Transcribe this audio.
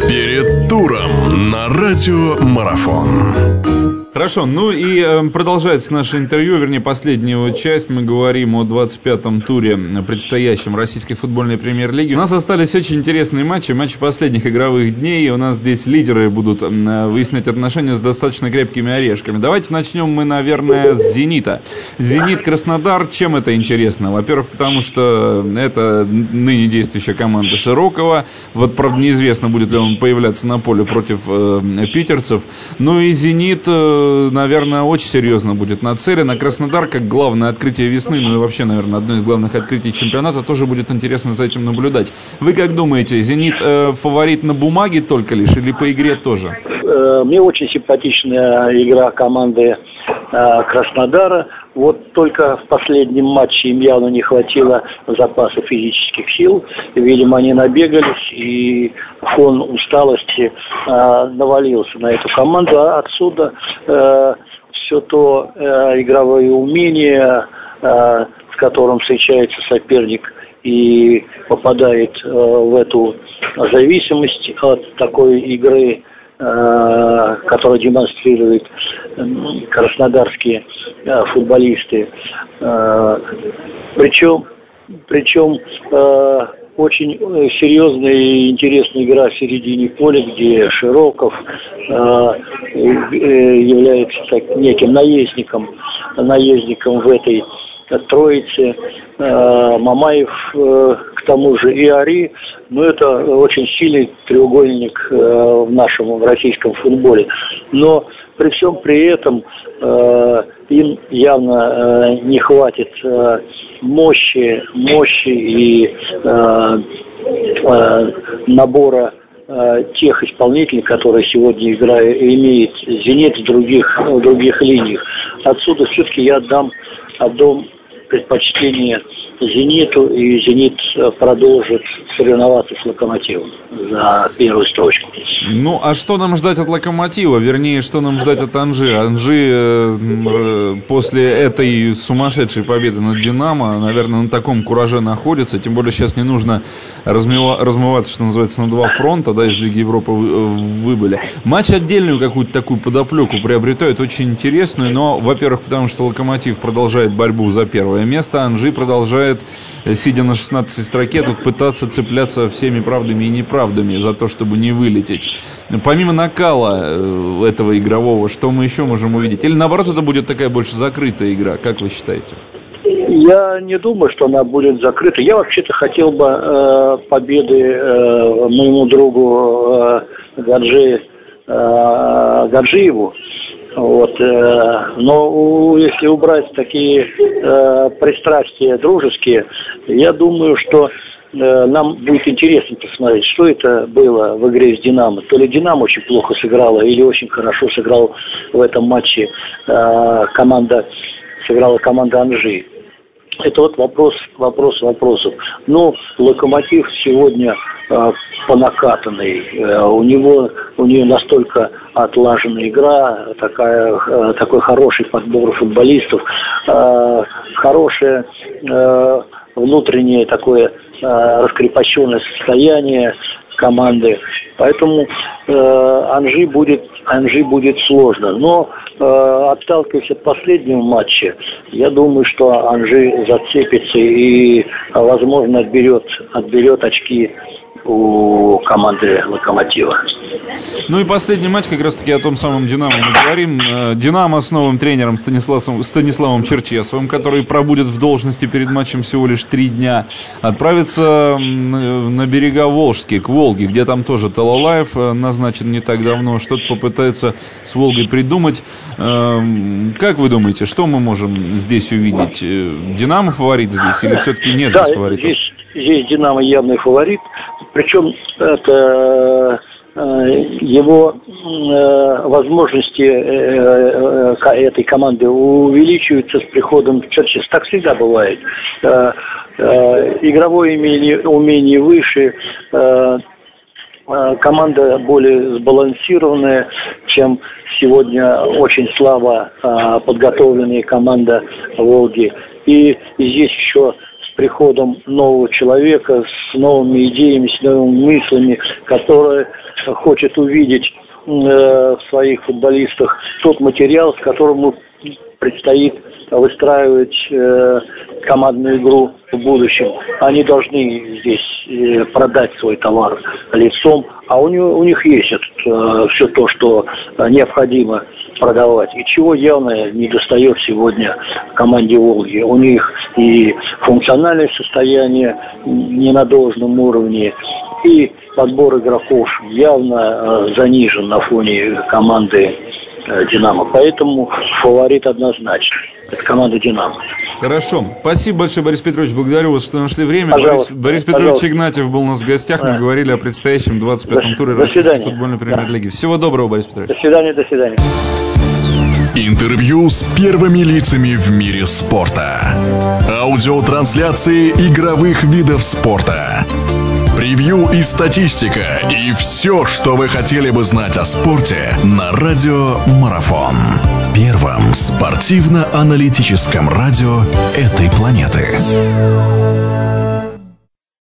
Перед туром на радио Марафон. Хорошо, ну и продолжается наше интервью, вернее, последняя его часть. Мы говорим о 25-м туре предстоящем российской футбольной премьер-лиги. У нас остались очень интересные матчи последних игровых дней. У нас здесь лидеры будут выяснять отношения с достаточно крепкими орешками. Давайте начнем мы, наверное, с «Зенита». «Зенит-Краснодар». Чем это интересно? Во-первых, потому что это ныне действующая команда Широкова. Вот, правда, неизвестно, будет ли он появляться на поле против питерцев. Ну и «Зенит», наверное, очень серьезно будет нацелен. А Краснодар, как главное открытие весны, ну и вообще, наверное, одно из главных открытий чемпионата, тоже будет интересно за этим наблюдать. Вы как думаете, «Зенит» фаворит на бумаге только лишь или по игре тоже? Мне очень симпатичная игра команды Краснодара. Вот только в последнем матче им явно не хватило запаса физических сил. Видимо, они набегались, и фон усталости навалился на эту команду. А отсюда все то игровое умение, с которым встречается соперник и попадает в эту зависимость от такой игры, которую демонстрируют краснодарские футболисты. Причем очень серьезная и интересная игра в середине поля, где Широков является неким наездником в этой троице, Мамаев, к тому же, и Ари. Но это очень сильный треугольник в нашем российском футболе. Но при всем при этом им явно не хватит мощи и набора тех исполнителей, которые сегодня имеет «Зенит» в других линиях. Отсюда все-таки я отдам предпочтение «Зениту», и «Зенит» продолжит соревноваться с «Локомотивом» за первую строчку. Ну, а что нам ждать от «Локомотива»? Вернее, что нам ждать от «Анжи»? «Анжи» после этой сумасшедшей победы над «Динамо», наверное, на таком кураже находится. Тем более сейчас не нужно размываться, что называется, на два фронта, да, из Лиги Европы выбыли. Матч отдельную какую-то такую подоплеку приобретает, очень интересную, но, во-первых, потому что «Локомотив» продолжает борьбу за первое место, «Анжи» продолжает, сидя на 16-й строке, тут пытаться цепляться всеми правдами и неправдами за то, чтобы не вылететь. Помимо накала этого игрового, что мы еще можем увидеть? Или наоборот, это будет такая больше закрытая игра, как вы считаете? Я не думаю, что она будет закрыта. Я вообще-то хотел бы победы моему другу Гаджиеву. Вот, но если убрать такие пристрастия дружеские, я думаю, что нам будет интересно посмотреть, что это было в игре с «Динамо». То ли «Динамо» очень плохо сыграла, или очень хорошо сыграл в этом матче команда «Анжи». Это вот вопрос вопросов. Но «Локомотив» сегодня понакатанный. У нее настолько отлаженная игра, такой хороший подбор футболистов, хорошее внутреннее такое раскрепощенное состояние команды. Поэтому Анжи будет сложно. Но отталкиваясь от последнего матча, я думаю, что Анжи зацепится и, возможно, отберет очки у команды «Локомотива». Ну и последний матч, как раз таки о том самом «Динамо» мы говорим. «Динамо» с новым тренером Станиславом Черчесовым, который пробудет в должности перед матчем всего лишь 3 дня, отправится на берега Волжские, к Волге, где там тоже Талалаев назначен не так давно, что-то попытается с Волгой придумать. Как вы думаете, что мы можем здесь увидеть? «Динамо» фаворит здесь или все-таки нет здесь фаворитов? Здесь «Динамо» явный фаворит. Причем это его возможности этой команды увеличиваются с приходом Черчесова. Так всегда бывает. Игровое умение выше, команда более сбалансированная, чем сегодня очень слабо подготовленная команда «Волги». И здесь еще с приходом нового человека, с новыми идеями, с новыми мыслями, который хочет увидеть в своих футболистах тот материал, с которым ему предстоит выстраивать командную игру в будущем. Они должны здесь продать свой товар лицом, а у них есть все то, что необходимо продавать, и чего явно не достает сегодня команде «Волги». У них и функциональное состояние не на должном уровне, и подбор игроков явно занижен на фоне команды «Динамо». Поэтому фаворит однозначно. Это команда «Динамо». Хорошо. Спасибо большое, Борис Петрович. Благодарю вас, что нашли время. Пожалуйста. Борис Петрович Игнатьев был у нас в гостях. Мы говорили о предстоящем 25-м туре Российской футбольной премьер-лиги. Всего доброго, Борис Петрович. До свидания, до свидания. Интервью с первыми лицами в мире спорта. Аудиотрансляции игровых видов спорта. Превью и статистика. И все, что вы хотели бы знать о спорте на радио Марафон. Первом спортивно-аналитическом радио этой планеты.